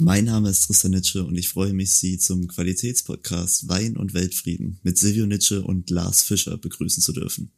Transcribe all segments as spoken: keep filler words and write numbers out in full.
Mein Name ist Tristan Nitsche und ich freue mich, Sie zum Qualitätspodcast Wein und Weltfrieden mit Silvio Nitsche und Lars Fischer begrüßen zu dürfen.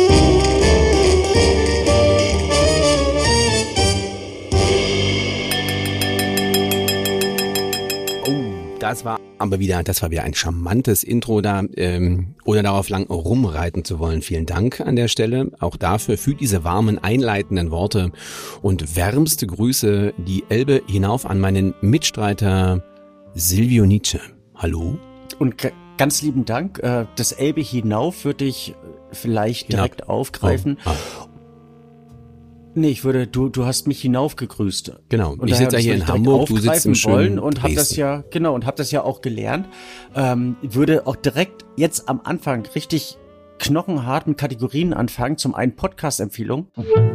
Das war aber wieder, das war wieder ein charmantes Intro da, ähm, ohne darauf lang rumreiten zu wollen. Vielen Dank an der Stelle auch dafür, für diese warmen, einleitenden Worte und wärmste Grüße die Elbe hinauf an meinen Mitstreiter Silvio Nitsche. Hallo. Und g- ganz lieben Dank. Äh, das Elbe hinauf würde ich vielleicht direkt Hinab. aufgreifen. Oh. Ah. Nee, ich würde, du, du hast mich hinauf gegrüßt. Genau. Und ich sitze ja hier in Hamburg, du sitzt im schönen und habe das ja, genau, und habe das ja auch gelernt. Ähm, würde auch direkt jetzt am Anfang richtig knochenhart mit Kategorien anfangen. Zum einen Podcast-Empfehlung.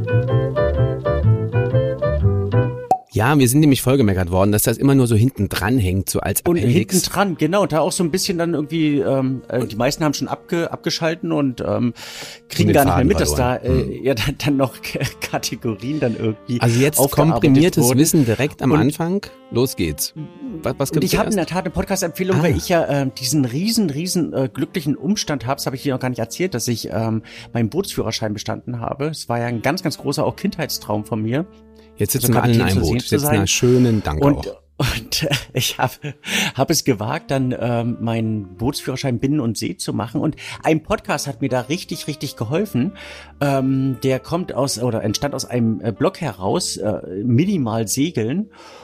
Ja, wir sind nämlich vollgemeckert worden, dass das immer nur so hinten dran hängt, so als Appendix. Und hinten dran, genau, da auch so ein bisschen dann irgendwie, ähm, äh, die meisten haben schon abge, abgeschalten und ähm, kriegen gar nicht mehr mit, dass da äh, hm. ja dann, dann noch Kategorien dann irgendwie Also jetzt komprimiertes wurden. Wissen direkt am und, Anfang, los geht's. Was, was und ich habe in der Tat eine Podcast-Empfehlung, ah. weil ich ja äh, diesen riesen, riesen äh, glücklichen Umstand habe, das habe ich dir noch gar nicht erzählt, dass ich ähm, meinen Bootsführerschein bestanden habe. Es war ja ein ganz, ganz großer auch Kindheitstraum von mir. Jetzt sitzen wir alle in einem Boot. Jetzt einen schönen Dank und, auch. Und äh, ich habe hab es gewagt, dann ähm, meinen Bootsführerschein Binnen und See zu machen. Und ein Podcast hat mir da richtig, richtig geholfen. Ähm, der kommt aus oder entstand aus einem äh, Blog heraus, äh, Minimal Segeln.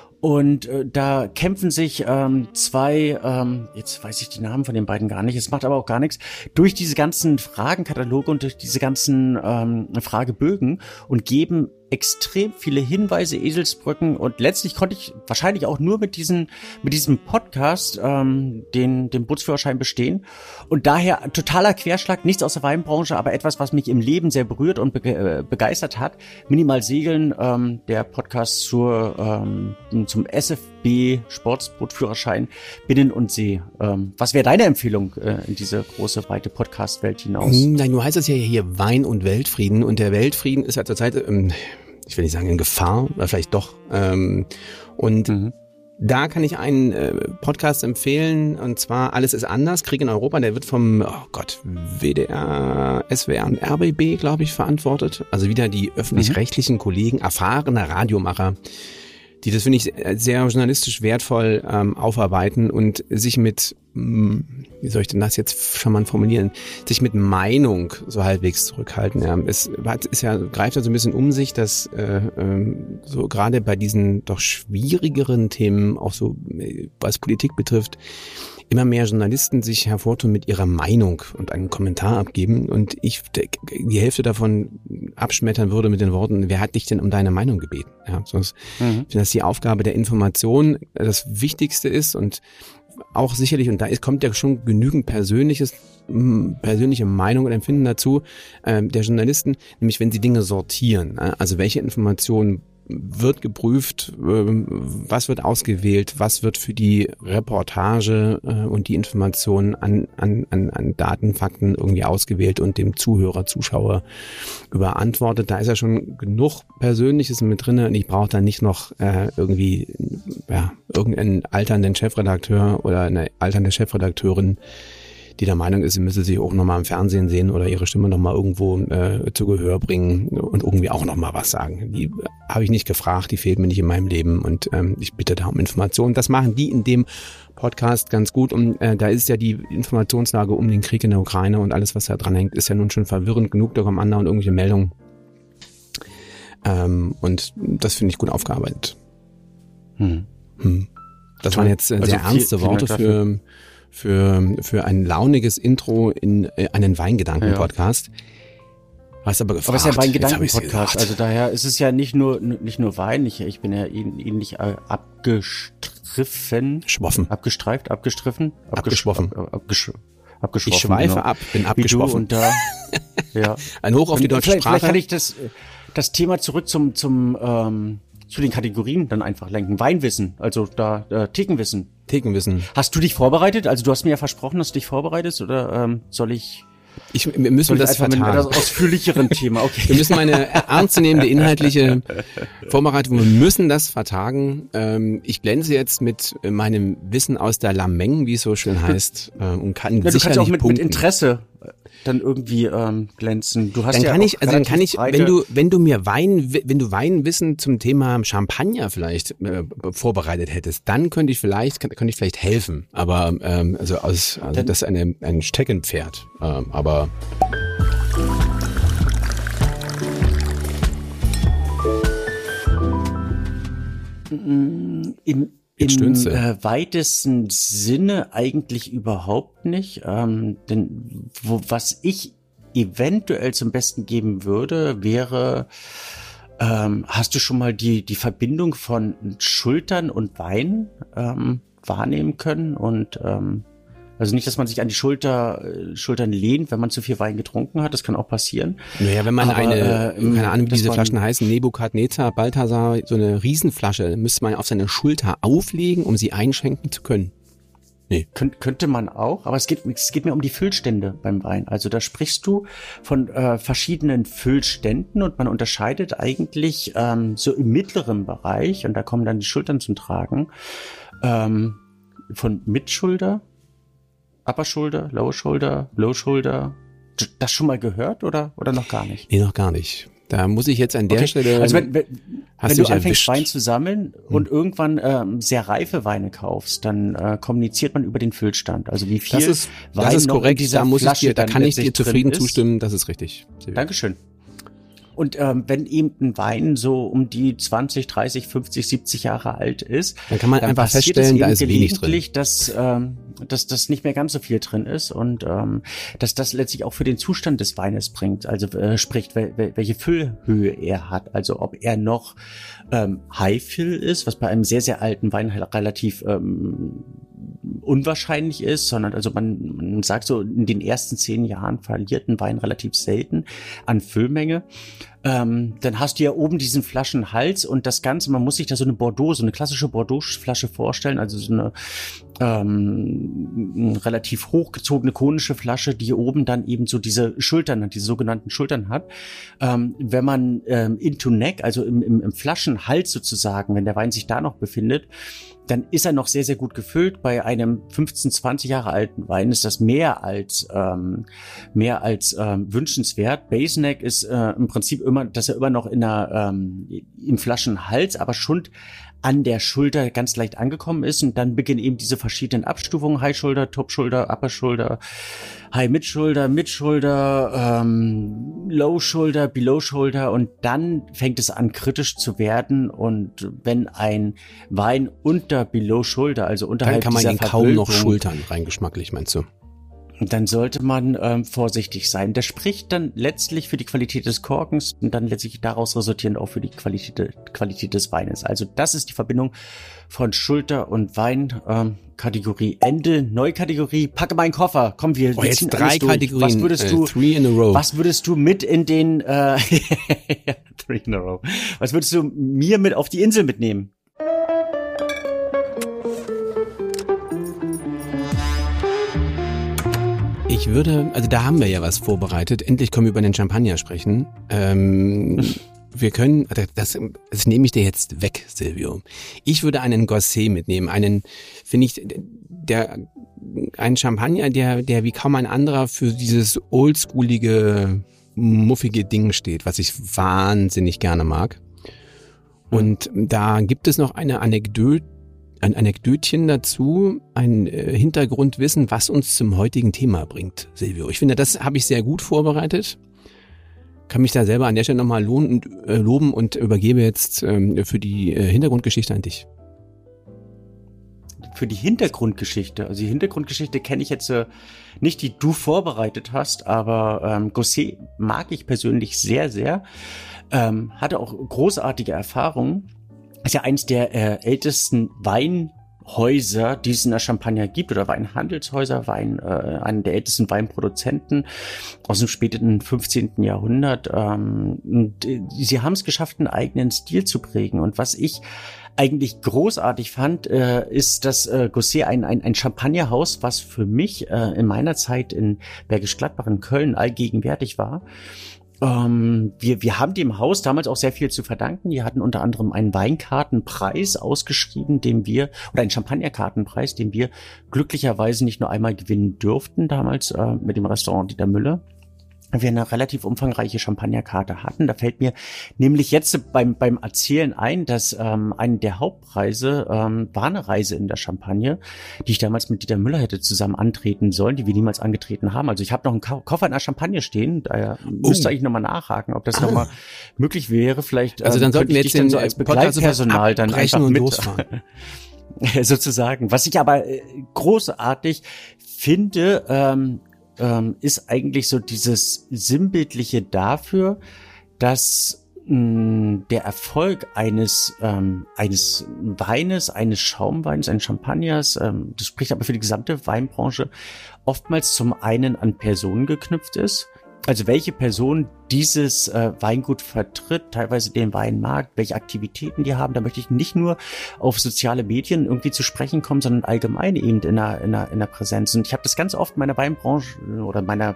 Und äh, da kämpfen sich ähm, zwei, ähm, jetzt weiß ich die Namen von den beiden gar nicht, es macht aber auch gar nichts, durch diese ganzen Fragenkataloge und durch diese ganzen ähm, Fragebögen und geben extrem viele Hinweise, Eselsbrücken, und letztlich konnte ich wahrscheinlich auch nur mit diesen, mit diesem Podcast ähm, den, den Bootsführerschein bestehen. Und daher totaler Querschlag, nichts aus der Weinbranche, aber etwas, was mich im Leben sehr berührt und be- begeistert hat. Minimal Segeln, ähm, der Podcast zur ähm, zum S F B Sportbootführerschein Binnen und See. Ähm, was wäre deine Empfehlung äh, in diese große, weite Podcast-Welt hinaus? Nein, du heißt es ja hier Wein und Weltfrieden, und der Weltfrieden ist ja zurzeit, ähm, ich will nicht sagen in Gefahr, oder vielleicht doch. Ähm, und mhm. da kann ich einen äh, Podcast empfehlen, und zwar Alles ist anders, Krieg in Europa. Der wird vom, oh Gott, W D R, S W R und R B B, glaube ich, verantwortet. Also wieder die öffentlich-rechtlichen mhm. Kollegen, erfahrene Radiomacher, die das, finde ich, sehr journalistisch wertvoll ähm, aufarbeiten und sich mit, mh, wie soll ich denn das jetzt schon mal formulieren, sich mit Meinung so halbwegs zurückhalten. Ja. Es hat, ist ja, greift ja so ein bisschen um sich, dass äh, ähm, so gerade bei diesen doch schwierigeren Themen, auch so was Politik betrifft, immer mehr Journalisten sich hervortun mit ihrer Meinung und einen Kommentar abgeben, und ich die Hälfte davon abschmettern würde mit den Worten: Wer hat dich denn um deine Meinung gebeten? Ja, sonst mhm. finde ich, dass die Aufgabe der Information das Wichtigste ist, und auch sicherlich, und da ist, kommt ja schon genügend persönliches, persönliche Meinung und Empfinden dazu, äh, der Journalisten, nämlich wenn sie Dinge sortieren, äh, also welche Informationen wird geprüft, was wird ausgewählt, was wird für die Reportage und die Informationen an, an, an, an Daten, Fakten irgendwie ausgewählt und dem Zuhörer, Zuschauer überantwortet. Da ist ja schon genug Persönliches mit drin, und ich brauche da nicht noch äh, irgendwie ja, irgendeinen alternden Chefredakteur oder eine alternde Chefredakteurin, die der Meinung ist, sie müsse sich auch nochmal im Fernsehen sehen oder ihre Stimme nochmal irgendwo äh, zu Gehör bringen und irgendwie auch nochmal was sagen. Die habe ich nicht gefragt, die fehlt mir nicht in meinem Leben, und ähm, ich bitte da um Informationen. Das machen die in dem Podcast ganz gut, und äh, da ist ja die Informationslage um den Krieg in der Ukraine und alles, was da dran hängt, ist ja nun schon verwirrend genug. Da kommen andere und irgendwelche Meldungen. Ähm, und das finde ich gut aufgearbeitet. Hm. Hm. Das Toll. waren jetzt äh, sehr also ernste viel, Worte für... für für ein launiges Intro in einen Weingedanken-Podcast. Ja. Was aber gefragt. Aber es ist ja Weingedanken-Podcast, also daher ist es ja nicht nur nicht nur Wein, ich, ich bin ja ähnlich äh, abgestriffen. Schwoffen. Abgestreift, abgestriffen. Abgeschwoffen. Ab, abgesch, abgeschwoffen. Ich schweife genau. ab, bin abgeschwoffen. Und da, ja. Ein Hoch auf die deutsche vielleicht, Sprache. Vielleicht kann ich das, das Thema zurück zum, zum ähm, zu den Kategorien dann einfach lenken. Weinwissen, also da äh, Thekenwissen. Thekenwissen. Hast du dich vorbereitet? Also du hast mir ja versprochen, dass du dich vorbereitest, oder ähm, soll ich Ich, wir müssen das vertagen. Mit einem ausführlicheren Thema, okay. Wir müssen meine ernstzunehmende inhaltliche Vorbereitung, wir müssen das vertagen. Ähm, ich glänze jetzt mit meinem Wissen aus der Lameng, wie es so schön heißt, äh, und kann ja, sicher nicht auch mit, punkten. mit Interesse dann irgendwie ähm, glänzen. Du hast dann ja kann ich, also dann kann ich, breite wenn du, wenn du mir Wein, wenn du Weinwissen zum Thema Champagner vielleicht äh, vorbereitet hättest, dann könnte ich vielleicht, könnte ich vielleicht helfen. Aber ähm, also aus, also das ist eine, ein Steckenpferd. Ähm, aber im Jetzt Im stöhnst du. äh, weitesten Sinne eigentlich überhaupt nicht. Ähm, denn wo, was ich eventuell zum Besten geben würde, wäre, ähm, hast du schon mal die, die Verbindung von Schultern und Wein ähm, wahrnehmen können? Und ähm, also nicht, dass man sich an die Schulter, äh, Schultern lehnt, wenn man zu viel Wein getrunken hat. Das kann auch passieren. Naja, wenn man Aber, eine, äh, keine Ahnung, wie diese man, Flaschen heißen, Nebukadnezar, Balthasar, so eine Riesenflasche, müsste man auf seine Schulter auflegen, um sie einschenken zu können. Nee. Könnt, könnte man auch, aber es geht, es geht mir um die Füllstände beim Wein. Also da sprichst du von äh, verschiedenen Füllständen und man unterscheidet eigentlich ähm, so im mittleren Bereich, und da kommen dann die Schultern zum Tragen, ähm, von Mitschulter, Upper Shoulder, Lower Shoulder, Low Shoulder. Das schon mal gehört oder oder noch gar nicht? Nee, noch gar nicht. Da muss ich jetzt an der okay. Stelle. Also wenn, wenn, wenn du anfängst erwischt. Wein zu sammeln und hm. irgendwann ähm, sehr reife Weine kaufst, dann äh, kommuniziert man über den Füllstand. Also wie viel das ist, Wein das ist noch korrekt. in dieser Da muss ich Flasche dir, da kann ich dir zufrieden ist. zustimmen. Das ist richtig. Dankeschön. Und ähm, wenn eben ein Wein so um die zwanzig, dreißig, fünfzig, siebzig Jahre alt ist, dann kann man dann einfach feststellen, da ist wenig drin. Dass, ähm, dass das nicht mehr ganz so viel drin ist und ähm, dass das letztlich auch für den Zustand des Weines bringt, also äh, spricht, wel, welche Füllhöhe er hat, also ob er noch ähm, High-Fill ist, was bei einem sehr, sehr alten Wein halt relativ ähm, unwahrscheinlich ist, sondern also man, man sagt so, in den ersten zehn Jahren verliert ein Wein relativ selten an Füllmenge. Ähm, dann hast du ja oben diesen Flaschenhals und das Ganze, man muss sich da so eine Bordeaux, so eine klassische Bordeaux-Flasche vorstellen, also so eine ähm, relativ hochgezogene konische Flasche, die oben dann eben so diese Schultern hat, diese sogenannten Schultern hat. Ähm, wenn man ähm, into neck, also im, im, im Flaschenhals sozusagen, wenn der Wein sich da noch befindet, dann ist er noch sehr, sehr gut gefüllt. Bei einem fünfzehn, zwanzig Jahre alten Wein ist das mehr als ähm, mehr als ähm, wünschenswert. Base Neck ist äh, im Prinzip immer, dass er immer noch in der ähm, im Flaschenhals, aber schon an der Schulter ganz leicht angekommen ist und dann beginnen eben diese verschiedenen Abstufungen, High Shoulder, Top Shoulder, Upper Shoulder, High Mid Shoulder, Mid Shoulder, ähm, Low Shoulder, Below Shoulder und dann fängt es an kritisch zu werden und wenn ein Wein unter Below Shoulder, also unterhalb dieser dieser Dann kann man ihn kaum noch schultern, rein geschmacklich, meinst du? Dann sollte man ähm, vorsichtig sein. Das spricht dann letztlich für die Qualität des Korkens und dann letztlich daraus resultierend auch für die Qualität, Qualität des Weines. Also das ist die Verbindung von Schulter und Wein. Ähm, Kategorie Ende, neue Kategorie. Packe meinen Koffer. Komm, wir, oh, wir jetzt ziehen drei Kategorien. Was würdest du? Uh, three in a row. Was würdest du mit in den? Äh, three in a row. Was würdest du mir mit auf die Insel mitnehmen? Ich würde, also da haben wir ja was vorbereitet. Endlich können wir über den Champagner sprechen. Ähm, wir können, das, das nehme ich dir jetzt weg, Silvio. Ich würde einen Gosset mitnehmen, einen, finde ich, der, einen Champagner, der, der wie kaum ein anderer für dieses oldschoolige, muffige Ding steht, was ich wahnsinnig gerne mag. Und da gibt es noch eine Anekdote, ein Anekdötchen dazu, ein äh, Hintergrundwissen, was uns zum heutigen Thema bringt, Silvio. Ich finde, das habe ich sehr gut vorbereitet. Kann mich da selber an der Stelle nochmal lohnen und, äh, loben und übergebe jetzt ähm, für die äh, Hintergrundgeschichte an dich. Für die Hintergrundgeschichte, also die Hintergrundgeschichte kenne ich jetzt äh, nicht, die du vorbereitet hast, aber ähm, Gosset mag ich persönlich sehr, sehr. Ähm, hatte auch großartige Erfahrungen. Ist ja eins der äh, ältesten Weinhäuser, die es in der Champagne gibt, oder Weinhandelshäuser, Wein, äh, einen der ältesten Weinproduzenten aus dem späten fünfzehnten Jahrhundert. Ähm, und, äh, sie haben es geschafft, einen eigenen Stil zu prägen. Und was ich eigentlich großartig fand, äh, ist das äh, Gosset ein, ein, ein Champagnerhaus, was für mich äh, in meiner Zeit in Bergisch Gladbach in Köln allgegenwärtig war. Ähm, wir, wir haben dem Haus damals auch sehr viel zu verdanken. Die hatten unter anderem einen Weinkartenpreis ausgeschrieben, den wir, oder einen Champagnerkartenpreis, den wir glücklicherweise nicht nur einmal gewinnen durften, damals äh, mit dem Restaurant Dieter Müller. Wir eine relativ umfangreiche Champagnerkarte hatten. Da fällt mir nämlich jetzt beim beim Erzählen ein, dass ähm, eine der Hauptpreise ähm, war eine Reise in der Champagne, die ich damals mit Dieter Müller hätte zusammen antreten sollen, die wir niemals angetreten haben. Also ich habe noch einen Ko- Koffer in der Champagne stehen, daher oh. müsste ich nochmal nachhaken, ob das ah. nochmal möglich wäre. Vielleicht also dann ähm, sollten wir jetzt den so als Begleitpersonal dann einfach und mit losfahren. sozusagen. Was ich aber äh, großartig finde, ähm, Ähm, ist eigentlich so dieses Sinnbildliche dafür, dass mh, der Erfolg eines ähm, eines Weines, eines Schaumweins, eines Champagners, ähm, das spricht aber für die gesamte Weinbranche, oftmals zum einen an Personen geknüpft ist. Also welche Person dieses äh, Weingut vertritt, teilweise den Weinmarkt, welche Aktivitäten die haben. Da möchte ich nicht nur auf soziale Medien irgendwie zu sprechen kommen, sondern allgemein eben in der, in der, in der Präsenz. Und ich habe das ganz oft in meiner Weinbranche oder meiner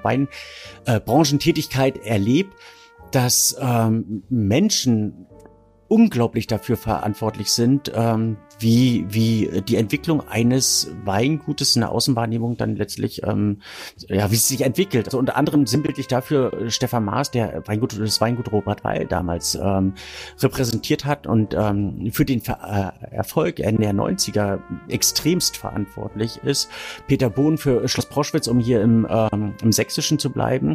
Weinbranchentätigkeit äh, erlebt, dass ähm, Menschen unglaublich dafür verantwortlich sind, ähm, wie wie die Entwicklung eines Weingutes in der Außenwahrnehmung dann letztlich, ähm, ja, wie es sich entwickelt. Also unter anderem sinnbildlich dafür Stefan Maas, der Weingut, das Weingut Robert Weil damals ähm, repräsentiert hat und ähm, für den Ver- äh, Erfolg Ende der neunziger extremst verantwortlich ist. Peter Bohn für Schloss Proschwitz, um hier im, ähm, im Sächsischen zu bleiben,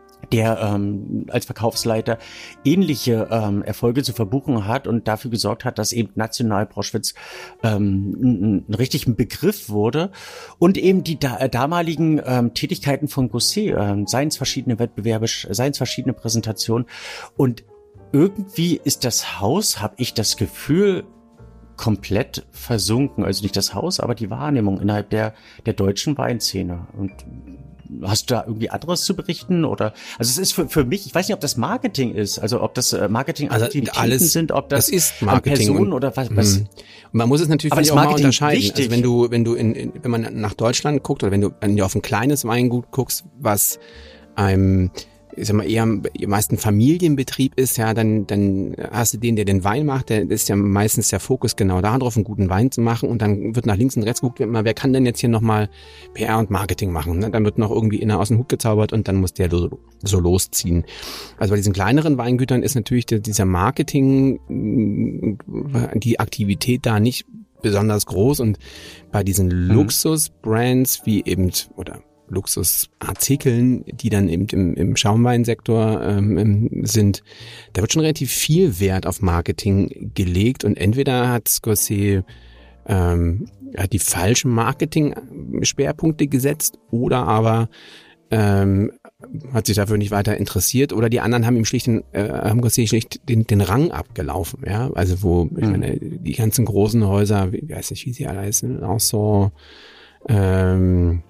der ähm, als Verkaufsleiter ähnliche ähm, Erfolge zu verbuchen hat und dafür gesorgt hat, dass eben national Proschwitz ähm, ein, ein richtiger Begriff wurde und eben die da, äh, damaligen ähm, Tätigkeiten von Gosset, äh, seien es verschiedene Wettbewerbe, seien es verschiedene Präsentationen und irgendwie ist das Haus, habe ich das Gefühl, komplett versunken, also nicht das Haus, aber die Wahrnehmung innerhalb der der deutschen Weinszene. Und hast du da irgendwie anderes zu berichten? Oder also es ist für, für mich, ich weiß nicht, ob das Marketing ist, also ob das Marketingaktivitäten also alles, sind, ob das, das ist Marketing Personen oder was. was und man muss es natürlich auch mal unterscheiden. Wichtig. Also wenn du, wenn du in, in, wenn man nach Deutschland guckt oder wenn du, wenn du auf ein kleines Weingut guckst, was einem ich sag mal, eher meist ein Familienbetrieb ist, ja, dann, dann hast du den, der den Wein macht, der ist ja meistens der Fokus genau darauf, einen guten Wein zu machen und dann wird nach links und rechts geguckt, wer kann denn jetzt hier nochmal P R und Marketing machen, ne? Dann wird noch irgendwie inner aus dem Hut gezaubert und dann muss der so, so losziehen. Also bei diesen kleineren Weingütern ist natürlich der, dieser Marketing, die Aktivität da nicht besonders groß und bei diesen mhm. Luxusbrands wie eben, oder Luxusartikeln, die dann eben im, im Schaumweinsektor ähm, sind, da wird schon relativ viel Wert auf Marketing gelegt und entweder hat Gosset ähm, hat die falschen Marketing-Schwerpunkte gesetzt oder aber ähm, hat sich dafür nicht weiter interessiert oder die anderen haben ihm schlicht den, äh, haben Gosset schlicht den, den Rang abgelaufen, ja, also wo mhm. ich meine, die ganzen großen Häuser, ich weiß nicht, wie sie alle heißen, auch so ähm,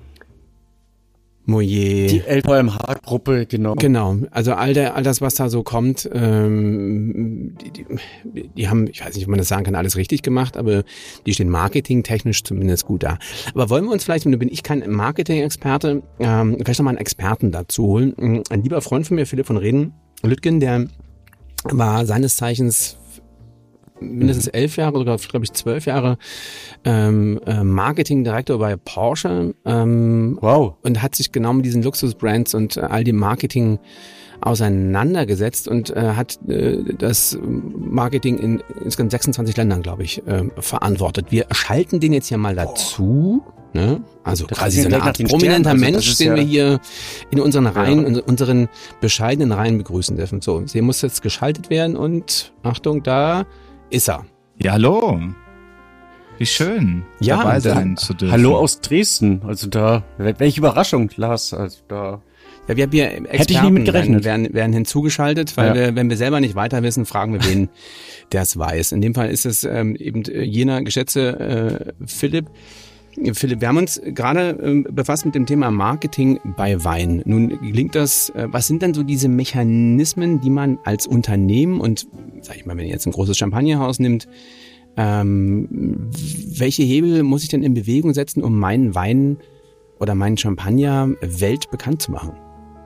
Moyer. Die L V M H-Gruppe, genau. Genau, also all, der, all das, was da so kommt, ähm, die, die, die haben, ich weiß nicht, ob man das sagen kann, alles richtig gemacht, aber die stehen marketingtechnisch zumindest gut da. Aber wollen wir uns vielleicht, und da bin ich kein Marketing-Experte, ähm, vielleicht nochmal einen Experten dazu holen. Ein lieber Freund von mir, Philipp von Reden, Lüttgen, der war seines Zeichens mindestens elf Jahre, sogar glaube ich zwölf Jahre ähm, äh, Marketingdirektor bei Porsche. Ähm, wow. Und hat sich genau mit diesen Luxusbrands und äh, all dem Marketing auseinandergesetzt und äh, hat äh, das Marketing in insgesamt sechsundzwanzig Ländern, glaube ich, äh, verantwortet. Wir schalten den jetzt hier mal dazu. Ne? Also das quasi so eine Art prominenter also Mensch, den ja wir hier in unseren Reihen, ja. in unseren bescheidenen Reihen begrüßen dürfen. So, sie muss jetzt geschaltet werden und Achtung, da ist er. Ja, hallo. Wie schön, ja, dabei sein zu dürfen. Hallo aus Dresden. Also da, welche Überraschung, Lars. Also da. Ja, wir haben hier Experten, hätte ich nie mit gerechnet. Werden, werden hinzugeschaltet, weil ja. wir, wenn wir selber nicht weiter wissen, fragen wir wen, der es weiß. In dem Fall ist es ähm, eben jener geschätzte äh, Philipp. Philipp, wir haben uns gerade äh, befasst mit dem Thema Marketing bei Wein. Nun gelingt das, äh, was sind denn so diese Mechanismen, die man als Unternehmen und, sag ich mal, wenn ihr jetzt ein großes Champagnerhaus nimmt, Ähm, welche Hebel muss ich denn in Bewegung setzen, um meinen Wein oder meinen Champagner weltbekannt zu machen?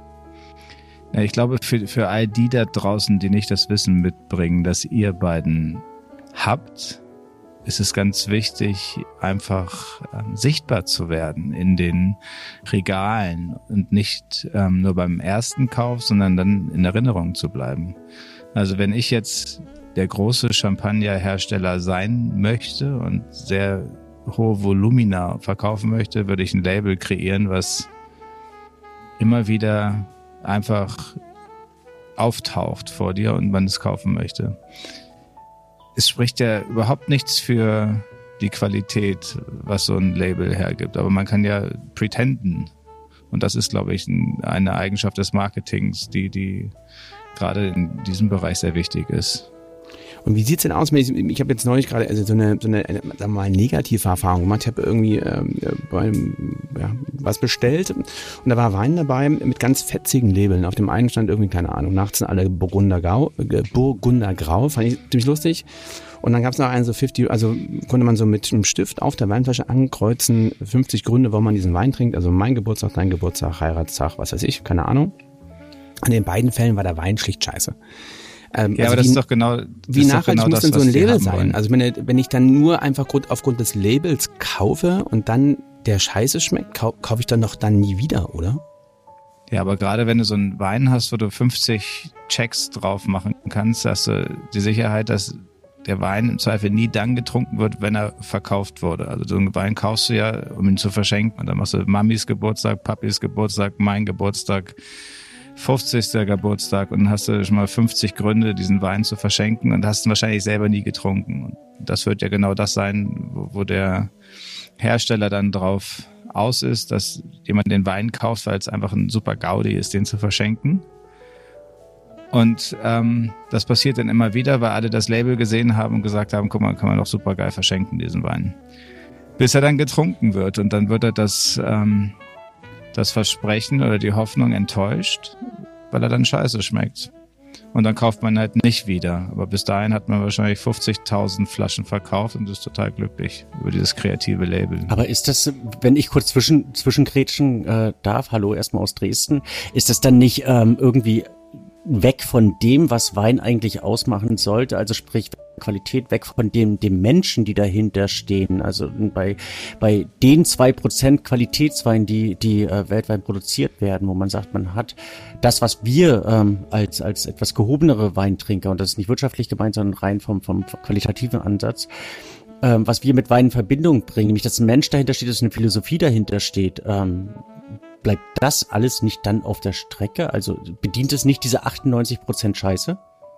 Ja, ich glaube, für, für all die da draußen, die nicht das Wissen mitbringen, das ihr beiden habt, ist es ganz wichtig, einfach ähm, sichtbar zu werden in den Regalen und nicht ähm, nur beim ersten Kauf, sondern dann in Erinnerung zu bleiben. Also wenn ich jetzt der große Champagnerhersteller sein möchte und sehr hohe Volumina verkaufen möchte, würde ich ein Label kreieren, was immer wieder einfach auftaucht vor dir und man es kaufen möchte. Es spricht ja überhaupt nichts für die Qualität, was so ein Label hergibt. Aber man kann ja pretenden. Und das ist, glaube ich, eine Eigenschaft des Marketings, die, die gerade in diesem Bereich sehr wichtig ist. Und wie sieht's denn aus? Ich, ich habe jetzt neulich gerade also so eine, so eine, sagen wir mal, negative Erfahrung gemacht. Ich habe irgendwie ähm, beim, ja, was bestellt und da war Wein dabei mit ganz fetzigen Labeln. Auf dem einen stand irgendwie, keine Ahnung, nachts sind alle Burgunder Grau, äh, Burgunder Grau, fand ich ziemlich lustig. Und dann gab's noch einen so fünfzig, also konnte man so mit einem Stift auf der Weinflasche ankreuzen, fünfzig Gründe, warum man diesen Wein trinkt. Also mein Geburtstag, dein Geburtstag, Heiratstag, was weiß ich, keine Ahnung. Und in beiden Fällen war der Wein schlicht scheiße. Ähm, ja, also aber das wie, ist doch genau das Wie nachhaltig genau muss das, denn so ein was Label haben sein? wollen. Also wenn, wenn ich dann nur einfach aufgrund des Labels kaufe und dann der Scheiße schmeckt, kau, kaufe ich dann doch dann nie wieder, oder? Ja, aber gerade wenn du so einen Wein hast, wo du fünfzig Checks drauf machen kannst, hast du die Sicherheit, dass der Wein im Zweifel nie dann getrunken wird, wenn er verkauft wurde. Also so einen Wein kaufst du ja, um ihn zu verschenken. Und dann machst du Mamis Geburtstag, Papis Geburtstag, mein Geburtstag, fünfzigsten Geburtstag und dann hast du schon mal fünfzig Gründe, diesen Wein zu verschenken und hast ihn wahrscheinlich selber nie getrunken. Und das wird ja genau das sein, wo, wo der Hersteller dann drauf aus ist, dass jemand den Wein kauft, weil es einfach ein super Gaudi ist, den zu verschenken. Und ähm, das passiert dann immer wieder, weil alle das Label gesehen haben und gesagt haben, guck mal, kann man doch super geil verschenken, diesen Wein. Bis er dann getrunken wird und dann wird er das... Ähm, das Versprechen oder die Hoffnung enttäuscht, weil er dann scheiße schmeckt. Und dann kauft man halt nicht wieder. Aber bis dahin hat man wahrscheinlich fünfzigtausend Flaschen verkauft und ist total glücklich über dieses kreative Label. Aber ist das, wenn ich kurz zwischen zwischengrätschen äh, darf, hallo erstmal aus Dresden, ist das dann nicht ähm, irgendwie weg von dem, was Wein eigentlich ausmachen sollte, also sprich Qualität, weg von dem dem Menschen, die dahinter stehen, also bei bei den zwei Prozent Qualitätswein, die die äh, weltweit produziert werden, wo man sagt, man hat das, was wir ähm, als als etwas gehobenere Weintrinker, und das ist nicht wirtschaftlich gemeint, sondern rein vom vom qualitativen Ansatz, ähm, was wir mit Wein in Verbindung bringen, nämlich dass ein Mensch dahinter steht, dass eine Philosophie dahinter steht, ähm, bleibt das alles nicht dann auf der Strecke? Also bedient es nicht diese achtundneunzig Prozent Scheiße?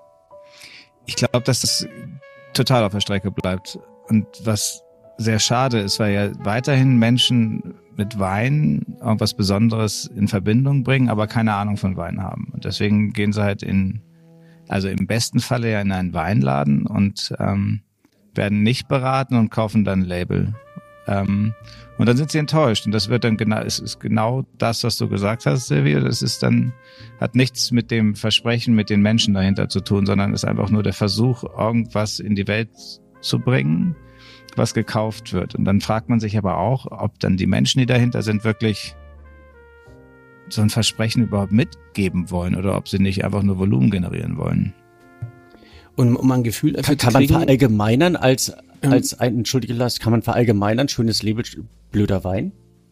Ich glaube, dass es total auf der Strecke bleibt. Und was sehr schade ist, weil ja weiterhin Menschen mit Wein irgendwas Besonderes in Verbindung bringen, aber keine Ahnung von Wein haben. Und deswegen gehen sie halt in, also im besten Falle ja in einen Weinladen und ähm, werden nicht beraten und kaufen dann ein Label. Ähm, und dann sind sie enttäuscht und das wird dann genau, es ist genau das, was du gesagt hast, Silvio. Das ist dann, hat nichts mit dem Versprechen, mit den Menschen dahinter zu tun, sondern ist einfach nur der Versuch, irgendwas in die Welt zu bringen, was gekauft wird. Und dann fragt man sich aber auch, ob dann die Menschen, die dahinter sind, wirklich so ein Versprechen überhaupt mitgeben wollen oder ob sie nicht einfach nur Volumen generieren wollen. Und um ein Gefühl dafür Kann, kann zu kriegen, man verallgemeinern als als ein, entschuldige Lars, kann man verallgemeinern, schönes Label, blöder Wein?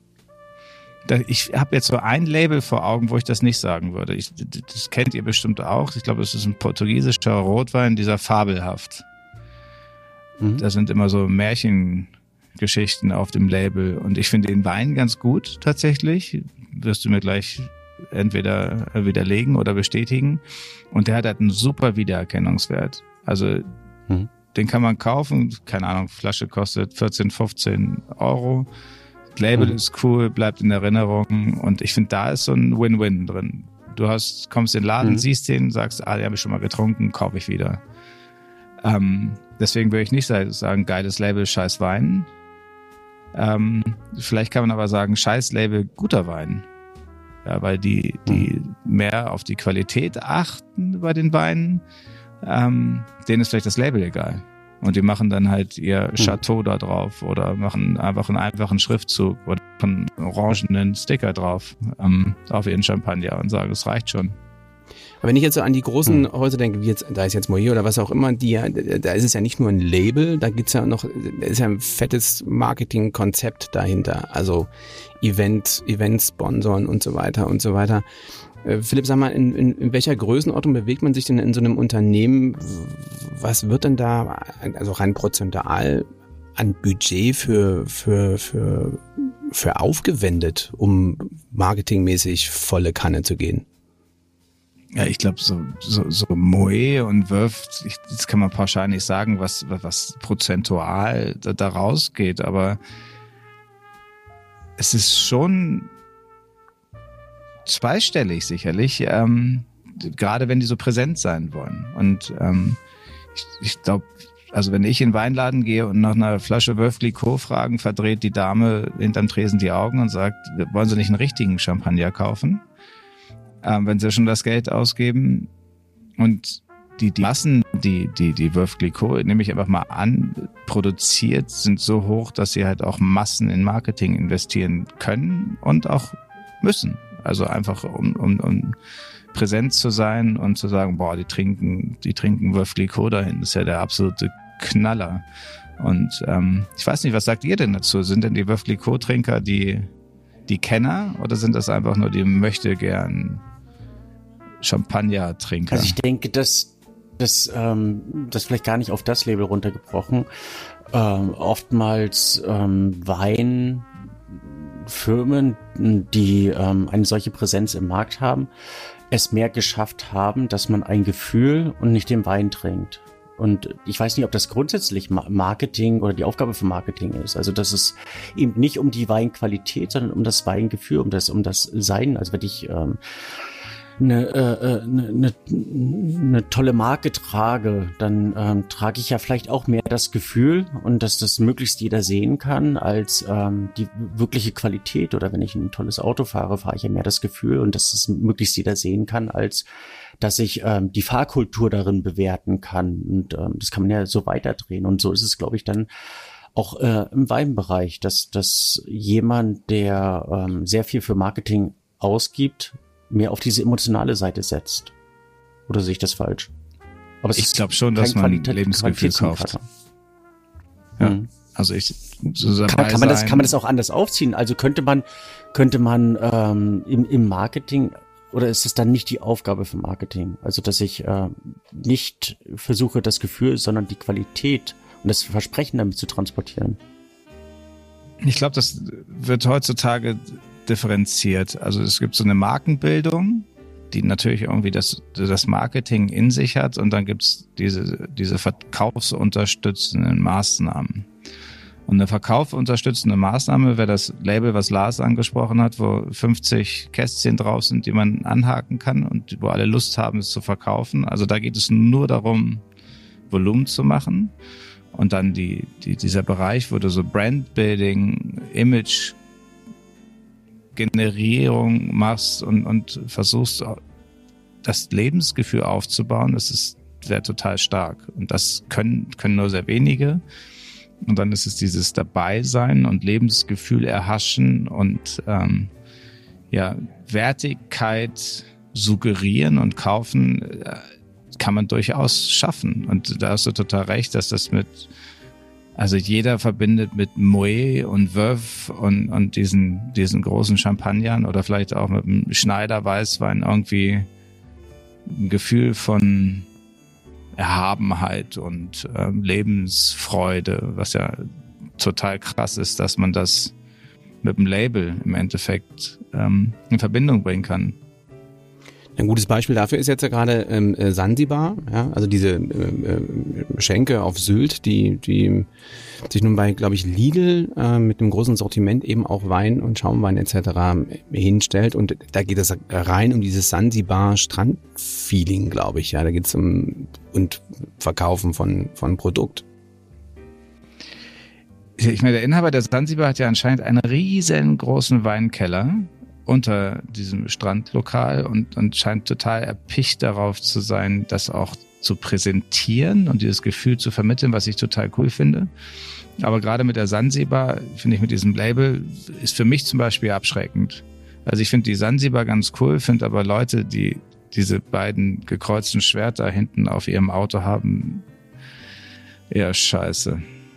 Ich habe jetzt so ein Label vor Augen, wo ich das nicht sagen würde. Ich, das kennt ihr bestimmt auch. Ich glaube, das ist ein portugiesischer Rotwein, dieser Fabelhaft. Mhm. Da sind immer so Märchengeschichten auf dem Label. Und ich finde den Wein ganz gut tatsächlich. Wirst du mir gleich entweder widerlegen oder bestätigen. Und der hat halt einen super Wiedererkennungswert. Also mhm. den kann man kaufen. Keine Ahnung, Flasche kostet vierzehn, fünfzehn Euro. Label mhm. ist cool, bleibt in Erinnerung und ich finde, da ist so ein Win-Win drin. Du hast, kommst in den Laden, mhm. siehst den, sagst, ah, den habe ich schon mal getrunken, kaufe ich wieder. Ähm, deswegen würde ich nicht sagen, geiles Label, scheiß Wein. Ähm, vielleicht kann man aber sagen, scheiß Label, guter Wein. Ja, weil die, die mhm. mehr auf die Qualität achten bei den Weinen, ähm, denen ist vielleicht das Label egal. Und die machen dann halt ihr Chateau da drauf oder machen einfach einen einfachen Schriftzug oder einen orangenen Sticker drauf ähm, auf ihren Champagner und sagen, das reicht schon. Aber wenn ich jetzt so an die großen hm. Häuser denke, wie jetzt, da ist jetzt Moët oder was auch immer, die, da ist es ja nicht nur ein Label, da gibt's ja noch, da ist ja ein fettes Marketingkonzept dahinter. Also Event, Event-Sponsoren und so weiter und so weiter. Äh, Philipp, sag mal, in, in, in welcher Größenordnung bewegt man sich denn in so einem Unternehmen? Was wird denn da, also rein prozentual, an Budget für, für, für, für aufgewendet, um marketingmäßig volle Kanne zu gehen? Ja, ich glaube, so, so, so Moët und Veuve, ich, das kann man pauschal nicht sagen, was, was, was prozentual da, da rausgeht, aber es ist schon zweistellig sicherlich, ähm, gerade wenn die so präsent sein wollen. Und ähm, ich, ich glaube, also wenn ich in den Weinladen gehe und nach einer Flasche Veuve Clicquot fragen, verdreht die Dame hinterm Tresen die Augen und sagt, wollen Sie nicht einen richtigen Champagner kaufen? Ähm, wenn sie schon das Geld ausgeben. Und die, die Massen, die, die, die Veuve Clicquot, nehme ich einfach mal an, produziert, sind so hoch, dass sie halt auch Massen in Marketing investieren können und auch müssen. Also einfach, um, um, um präsent zu sein und zu sagen, boah, die trinken, die trinken Veuve Clicquot dahin. Das ist ja der absolute Knaller. Und ähm, ich weiß nicht, was sagt ihr denn dazu? Sind denn die Veuve Clicquot-Trinker die, die Kenner oder sind das einfach nur die möchte gern Champagner-Trinker? Also ich denke, dass das, ähm, das vielleicht gar nicht auf das Label runtergebrochen. Ähm, oftmals ähm, Weinfirmen, die ähm, eine solche Präsenz im Markt haben, es mehr geschafft haben, dass man ein Gefühl und nicht den Wein trinkt. Und ich weiß nicht, ob das grundsätzlich Marketing oder die Aufgabe von Marketing ist. Also dass es eben nicht um die Weinqualität, sondern um das Weingefühl, um das, um das Sein. Also wenn ich ähm, eine, äh, eine, eine, eine tolle Marke trage, dann ähm, trage ich ja vielleicht auch mehr das Gefühl und dass das möglichst jeder sehen kann als ähm, die wirkliche Qualität. Oder wenn ich ein tolles Auto fahre, fahre ich ja mehr das Gefühl und dass es möglichst jeder sehen kann, als dass ich ähm, die Fahrkultur darin bewerten kann. Und ähm, das kann man ja so weiterdrehen. Und so ist es, glaube ich, dann auch äh, im Weinbereich, dass, dass jemand, der ähm, sehr viel für Marketing ausgibt, mehr auf diese emotionale Seite setzt. Oder sehe ich das falsch? Aber es ich glaube schon, dass man Qualität, Lebensgefühl kauft. Ja, mhm. Also ich so kann, kann man das kann man das auch anders aufziehen? Also könnte man könnte man ähm, im, im Marketing oder ist es dann nicht die Aufgabe für Marketing? Also dass ich äh, nicht versuche das Gefühl, sondern die Qualität und das Versprechen damit zu transportieren. Ich glaube, das wird heutzutage differenziert. Also es gibt so eine Markenbildung, die natürlich irgendwie das, das Marketing in sich hat und dann gibt's diese, diese verkaufsunterstützenden Maßnahmen. Und eine verkaufsunterstützende Maßnahme wäre das Label, was Lars angesprochen hat, wo fünfzig Kästchen drauf sind, die man anhaken kann und wo alle Lust haben, es zu verkaufen. Also da geht es nur darum, Volumen zu machen. Und dann die, die, dieser Bereich, wo du so Brandbuilding, Image Generierung machst und, und versuchst, das Lebensgefühl aufzubauen, das ist, wäre total stark. Und das können, können nur sehr wenige. Und dann ist es dieses Dabeisein und Lebensgefühl erhaschen und ähm, ja, Wertigkeit suggerieren und kaufen, äh, kann man durchaus schaffen. Und da hast du total recht, dass das mit Also jeder verbindet mit Moët und Veuve und, und diesen, diesen großen Champagnern oder vielleicht auch mit einem Schneider Weißwein irgendwie ein Gefühl von Erhabenheit und ähm, Lebensfreude, was ja total krass ist, dass man das mit dem Label im Endeffekt ähm, in Verbindung bringen kann. Ein gutes Beispiel dafür ist jetzt ja gerade ähm, Sansibar, ja, also diese äh, Schenke auf Sylt, die die sich nun bei, glaube ich, Lidl äh, mit einem großen Sortiment eben auch Wein und Schaumwein et cetera hinstellt und da geht es rein um dieses Sansibar-Strand-Feeling, glaube ich, ja, da geht es um und Verkaufen von von Produkt. Ich meine, der Inhaber der Sansibar hat ja anscheinend einen riesengroßen Weinkeller unter diesem Strandlokal und, und scheint total erpicht darauf zu sein, das auch zu präsentieren und dieses Gefühl zu vermitteln, was ich total cool finde. Aber gerade mit der Sansibar, finde ich, mit diesem Label, ist für mich zum Beispiel abschreckend. Also ich finde die Sansibar ganz cool, finde aber Leute, die diese beiden gekreuzten Schwerter hinten auf ihrem Auto haben, eher scheiße.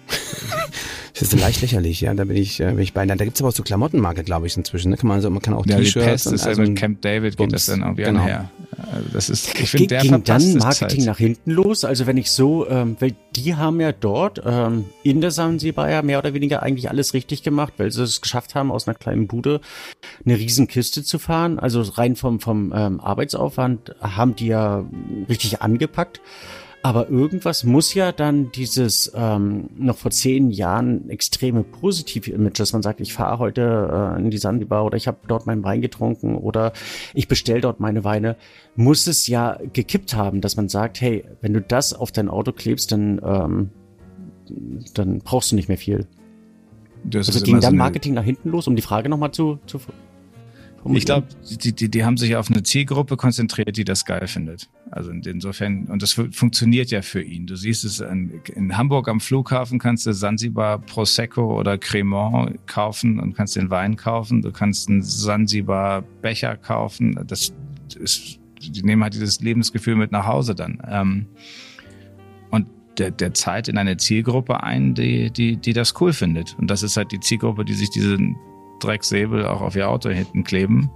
Das ist leicht lächerlich, ja, da bin ich, bin ich bei. Da gibt's aber auch so Klamottenmarke, glaube ich, inzwischen. Da kann man so, man kann auch ja, T-Shirts. Die Pest ist also ja mit Camp David geht das dann irgendwie genau. einher. Also das ist, ich finde, der ging verpasst dann Marketing Zeit. nach hinten los? Also wenn ich so, ähm, weil die haben ja dort ähm, in der Sansibar ja mehr oder weniger eigentlich alles richtig gemacht, weil sie es geschafft haben, aus einer kleinen Bude eine riesen Kiste zu fahren. Also rein vom vom ähm, Arbeitsaufwand haben die ja richtig angepackt. Aber irgendwas muss ja dann dieses ähm, noch vor zehn Jahren extreme positive Image, dass man sagt, ich fahre heute äh, in die Sansibar oder ich habe dort meinen Wein getrunken oder ich bestelle dort meine Weine, muss es ja gekippt haben, dass man sagt, hey, wenn du das auf dein Auto klebst, dann, ähm, dann brauchst du nicht mehr viel. Das also ist ging immer dann so Marketing nach hinten los, um die Frage nochmal zu, zu Ich glaube, die, die, die haben sich auf eine Zielgruppe konzentriert, die das geil findet. Also insofern, und das funktioniert ja für ihn. Du siehst es in, in Hamburg am Flughafen, kannst du Sansibar Prosecco oder Cremant kaufen und kannst den Wein kaufen. Du kannst einen Sansibar Becher kaufen. Das ist, die nehmen halt dieses Lebensgefühl mit nach Hause dann. Ähm, und der, der zahlt in eine Zielgruppe ein, die, die, die das cool findet. Und das ist halt die Zielgruppe, die sich diesen Drecksäbel auch auf ihr Auto hinten kleben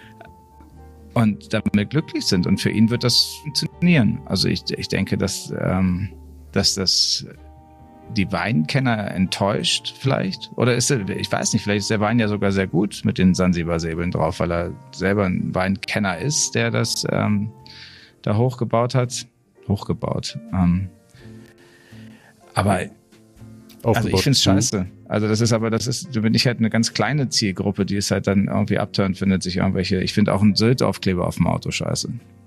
und damit glücklich sind. Und für ihn wird das funktionieren. Also ich, ich denke, dass, ähm, dass das die Weinkenner enttäuscht vielleicht. Oder ist er, ich weiß nicht, vielleicht ist der Wein ja sogar sehr gut mit den Sansibar-Säbeln drauf, weil er selber ein Weinkenner ist, der das ähm, da hochgebaut hat. Hochgebaut. Ähm, aber also ich finde es scheiße. Also das ist aber, das ist, da bin ich halt eine ganz kleine Zielgruppe, die es halt dann irgendwie abturnt, findet sich irgendwelche, ich finde auch einen Sylt-Aufkleber auf dem Auto scheiße.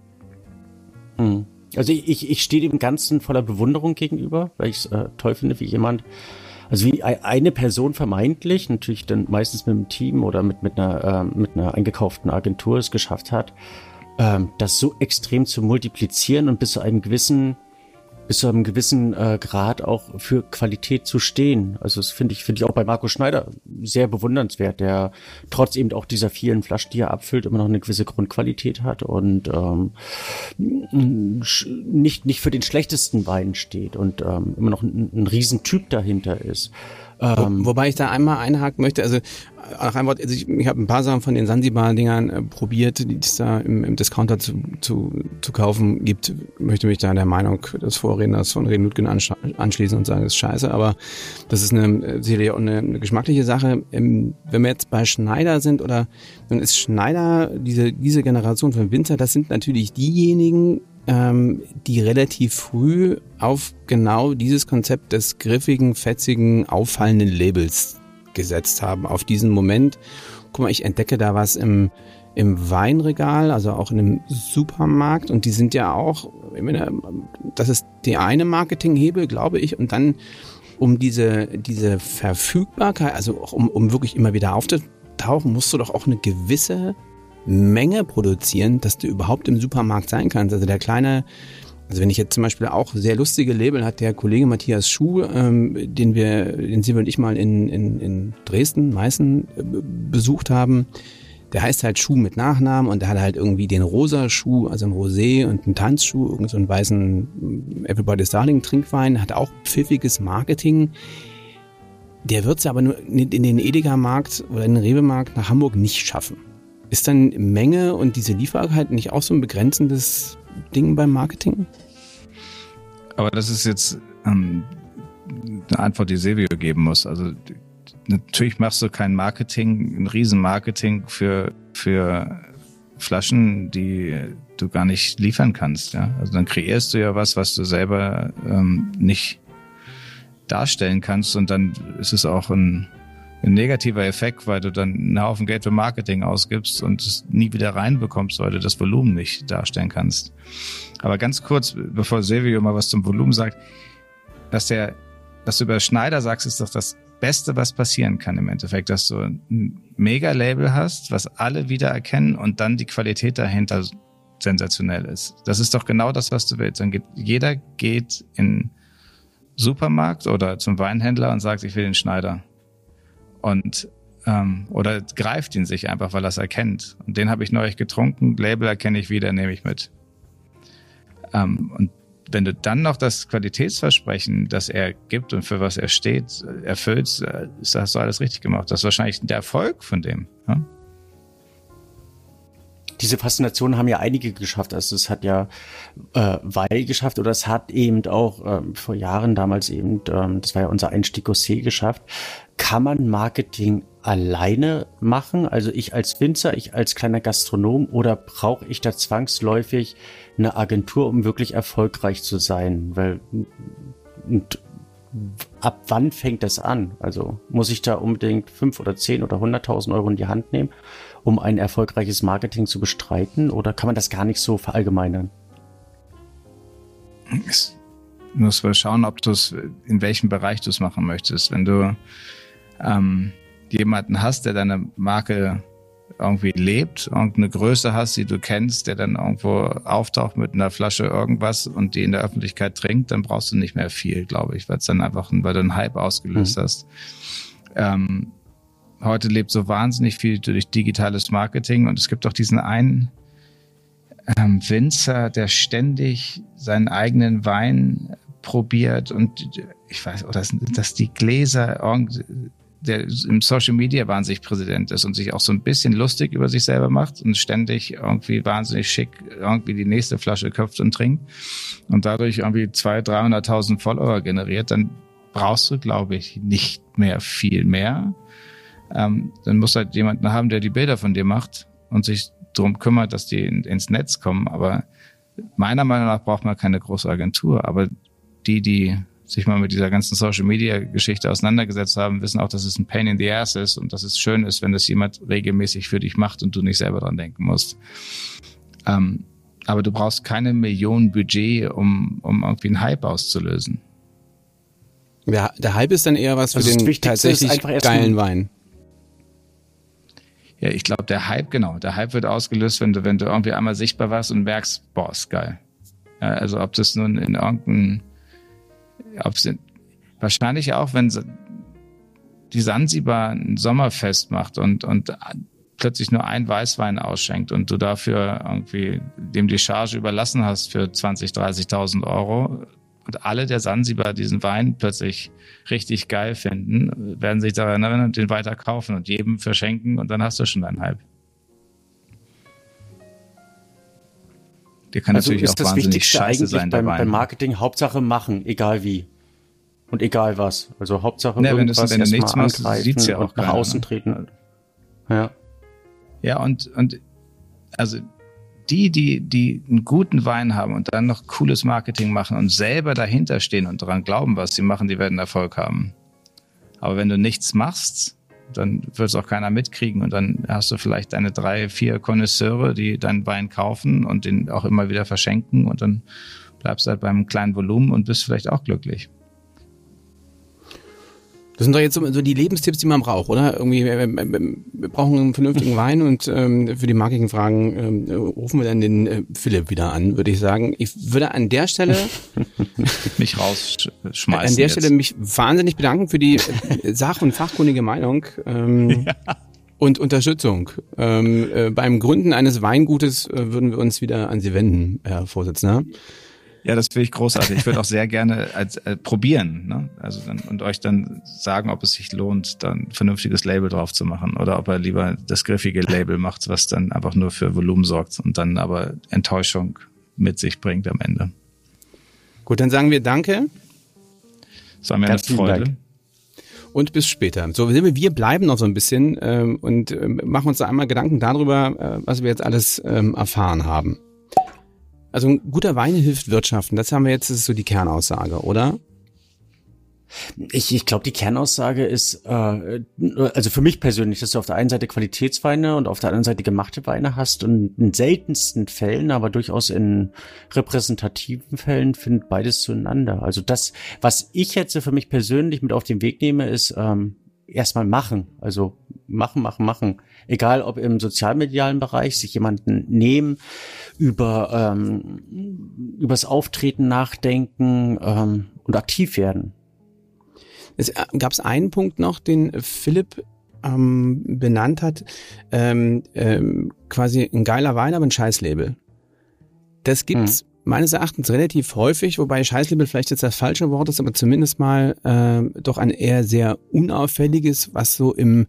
Hm. Also ich, ich, ich stehe dem Ganzen voller Bewunderung gegenüber, weil ich es äh, toll finde, wie jemand, also wie eine Person vermeintlich, natürlich dann meistens mit einem Team oder mit, mit einer, äh, mit einer eingekauften Agentur es geschafft hat, ähm, das so extrem zu multiplizieren und bis zu einem gewissen bis zu einem gewissen äh, Grad auch für Qualität zu stehen. Also das finde ich, finde ich auch bei Marco Schneider sehr bewundernswert, der trotz eben auch dieser vielen Flaschen, die er abfüllt, immer noch eine gewisse Grundqualität hat und ähm, nicht nicht für den schlechtesten Wein steht und ähm, immer noch ein, ein Riesentyp dahinter ist. Ähm, Wo, wobei ich da einmal einhaken möchte, also nach einem Wort, also ich, ich habe ein paar Sachen von den Sansibar-Dingern äh, probiert, die es da im, im Discounter zu, zu, zu kaufen gibt. Möchte mich da der Meinung des Vorredners von René Ludgen anschließen und sagen, das ist scheiße, aber das ist eine, sicherlich auch eine, eine geschmackliche Sache. Ähm, wenn wir jetzt bei Schneider sind oder dann ist Schneider, diese, diese Generation von Winzer, das sind natürlich diejenigen, ähm, die relativ früh auf genau dieses Konzept des griffigen, fetzigen, auffallenden Labels gesetzt haben. Auf diesen Moment, guck mal, ich entdecke da was im, im Weinregal, also auch in einem Supermarkt und die sind ja auch, ich meine, das ist der eine Marketinghebel, glaube ich, und dann um diese, diese Verfügbarkeit, also auch um, um wirklich immer wieder aufzutauchen, musst du doch auch eine gewisse Menge produzieren, dass du überhaupt im Supermarkt sein kannst. Also der kleine, also wenn ich jetzt zum Beispiel auch sehr lustige Label hat, der Kollege Matthias Schuh, ähm, den wir, den Sie und ich mal in, in, in Dresden, Meißen äh, besucht haben, der heißt halt Schuh mit Nachnamen und der hat halt irgendwie den rosa Schuh, also ein Rosé und einen Tanzschuh, irgend so einen weißen Everybody's Darling Trinkwein, hat auch pfiffiges Marketing. Der wird es aber nur in den Edeka-Markt oder in den Rewe-Markt nach Hamburg nicht schaffen. Ist dann Menge und diese Lieferbarkeit nicht auch so ein begrenzendes Ding beim Marketing? Aber das ist jetzt ähm, eine Antwort, die Silvio geben muss. Also natürlich machst du kein Marketing, ein Riesenmarketing für, für Flaschen, die du gar nicht liefern kannst. Ja? Also dann kreierst du ja was, was du selber ähm, nicht darstellen kannst und dann ist es auch ein ein negativer Effekt, weil du dann einen Haufen Geld für Marketing ausgibst und es nie wieder reinbekommst, weil du das Volumen nicht darstellen kannst. Aber ganz kurz, bevor Silvio mal was zum Volumen sagt, was der, was du über Schneider sagst, ist doch das Beste, was passieren kann im Endeffekt, dass du ein Mega-Label hast, was alle wiedererkennen und dann die Qualität dahinter sensationell ist. Das ist doch genau das, was du willst. Dann geht, jeder geht in Supermarkt oder zum Weinhändler und sagt, ich will den Schneider. Und ähm, oder greift ihn sich einfach, weil er es erkennt. Und den habe ich neulich getrunken, Label erkenne ich wieder, nehme ich mit. Ähm, und wenn du dann noch das Qualitätsversprechen, das er gibt und für was er steht, erfüllst, hast du alles richtig gemacht. Das ist wahrscheinlich der Erfolg von dem. Ja? Diese Faszination haben ja einige geschafft. Also es hat ja äh, Weil geschafft oder es hat eben auch ähm, vor Jahren damals eben, ähm, das war ja unser Einstieg, Gosset geschafft. Kann man Marketing alleine machen? Also ich als Winzer, ich als kleiner Gastronom, oder brauche ich da zwangsläufig eine Agentur, um wirklich erfolgreich zu sein? Weil und ab wann fängt das an? Also muss ich da unbedingt fünf oder zehn oder hunderttausend Euro in die Hand nehmen, um ein erfolgreiches Marketing zu bestreiten? Oder kann man das gar nicht so verallgemeinern? Es muss mal schauen, ob du es, in welchem Bereich du es machen möchtest. Wenn du ähm, jemanden hast, der deine Marke irgendwie lebt, irgendeine Größe hast, die du kennst, der dann irgendwo auftaucht mit einer Flasche irgendwas und die in der Öffentlichkeit trinkt, dann brauchst du nicht mehr viel, glaube ich, weil es dann einfach, weil du einen Hype ausgelöst mhm. hast. Ähm, heute lebt so wahnsinnig viel durch digitales Marketing und es gibt auch diesen einen ähm, Winzer, der ständig seinen eigenen Wein probiert und ich weiß, oder dass die Gläser irgendwie der im Social Media wahnsinnig präsent ist und sich auch so ein bisschen lustig über sich selber macht und ständig irgendwie wahnsinnig schick irgendwie die nächste Flasche köpft und trinkt und dadurch irgendwie zweihunderttausend, dreihunderttausend Follower generiert, dann brauchst du, glaube ich, nicht mehr viel mehr. Ähm, dann musst du halt jemanden haben, der die Bilder von dir macht und sich darum kümmert, dass die in, ins Netz kommen. Aber meiner Meinung nach braucht man keine große Agentur. Aber die, die sich mal mit dieser ganzen Social-Media-Geschichte auseinandergesetzt haben, wissen auch, dass es ein Pain in the Ass ist und dass es schön ist, wenn das jemand regelmäßig für dich macht und du nicht selber dran denken musst. Ähm, aber du brauchst keine Millionen Budget, um, um irgendwie einen Hype auszulösen. Ja, der Hype ist dann eher was für also den tatsächlich geilen Wein. Ja, ich glaube, der Hype, genau, der Hype wird ausgelöst, wenn du, wenn du irgendwie einmal sichtbar warst und merkst, boah, ist geil. Ja, also ob das nun in irgendeinem Ob sie, wahrscheinlich auch, wenn sie, die Sansibar ein Sommerfest macht und, und plötzlich nur ein Weißwein ausschenkt und du dafür irgendwie dem die Charge überlassen hast für zwanzigtausend, dreißigtausend Euro und alle der Sansibar diesen Wein plötzlich richtig geil finden, werden sich daran erinnern und den weiter kaufen und jedem verschenken und dann hast du schon deinen Hype. Der kann also natürlich auch wahnsinnig scheiße sein beim, dabei. Beim Marketing Hauptsache machen, egal wie. Und egal was. Also Hauptsache ja, irgendwas wenn du, wenn du nichts machst, sieht's ja auch und nach keiner, außen ne? treten. Ja. Ja, und, und also die, die, die einen guten Wein haben und dann noch cooles Marketing machen und selber dahinter stehen und daran glauben, was sie machen, die werden Erfolg haben. Aber wenn du nichts machst, dann wird es auch keiner mitkriegen und dann hast du vielleicht deine drei, vier Connoisseure, die deinen Wein kaufen und den auch immer wieder verschenken und dann bleibst du halt beim kleinen Volumen und bist vielleicht auch glücklich. Das sind doch jetzt so, so die Lebenstipps, die man braucht, oder? Irgendwie, wir, wir brauchen einen vernünftigen Wein und ähm, für die Marketingfragen ähm, rufen wir dann den äh, Philipp wieder an, würde ich sagen. Ich würde an der Stelle mich rausschmeißen. An der jetzt. Stelle mich wahnsinnig bedanken für die äh, sach- und fachkundige Meinung ähm, ja. und Unterstützung. Ähm, äh, beim Gründen eines Weingutes äh, würden wir uns wieder an Sie wenden, Herr Vorsitzender. Ja, das finde ich großartig. Ich würde auch sehr gerne als, äh, probieren, ne? Also dann, und euch dann sagen, ob es sich lohnt, dann ein vernünftiges Label drauf zu machen oder ob er lieber das griffige Label macht, was dann einfach nur für Volumen sorgt und dann aber Enttäuschung mit sich bringt am Ende. Gut, dann sagen wir Danke. Es war mir eine Freude. Und bis später. So, wir bleiben noch so ein bisschen ähm, und äh, machen uns da einmal Gedanken darüber, äh, was wir jetzt alles ähm, erfahren haben. Also ein guter Wein hilft wirtschaften, das haben wir jetzt, das ist so die Kernaussage, oder? Ich, ich glaube, die Kernaussage ist, äh, also für mich persönlich, dass du auf der einen Seite Qualitätsweine und auf der anderen Seite gemachte Weine hast und in seltensten Fällen, aber durchaus in repräsentativen Fällen findet beides zueinander. Also das, was ich jetzt für mich persönlich mit auf den Weg nehme, ist ähm, erstmal machen. Also machen, machen, machen. Egal, ob im sozialmedialen Bereich, sich jemanden nehmen, über ähm, übers Auftreten nachdenken ähm, und aktiv werden. Es gab es einen Punkt noch, den Philipp ähm, benannt hat, ähm, ähm, quasi ein geiler Wein, aber ein Scheißlabel. Das gibt's hm. meines Erachtens relativ häufig, wobei Scheißlabel vielleicht jetzt das falsche Wort ist, aber zumindest mal äh, doch ein eher sehr unauffälliges, was so im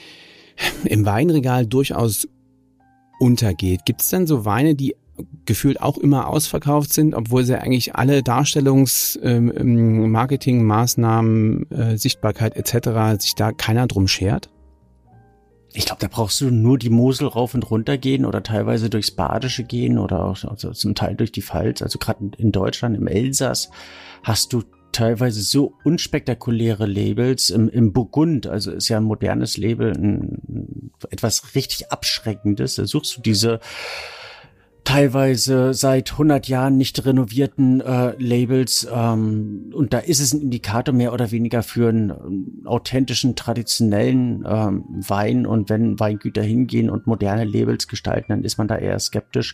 im Weinregal durchaus untergeht. Gibt es dann so Weine, die gefühlt auch immer ausverkauft sind, obwohl sie eigentlich alle Darstellungs-, ähm, Marketingmaßnahmen, äh, Sichtbarkeit et cetera sich da keiner drum schert? Ich glaube, da brauchst du nur die Mosel rauf und runter gehen oder teilweise durchs Badische gehen oder auch also zum Teil durch die Pfalz. Also gerade in Deutschland, im Elsass, hast du teilweise so unspektakuläre Labels. Im, im Burgund, also ist ja ein modernes Label, ein, ein, etwas richtig Abschreckendes. Da suchst du diese teilweise seit hundert Jahren nicht renovierten äh, Labels ähm, und da ist es ein Indikator mehr oder weniger für einen ähm, authentischen, traditionellen ähm, Wein, und wenn Weingüter hingehen und moderne Labels gestalten, dann ist man da eher skeptisch.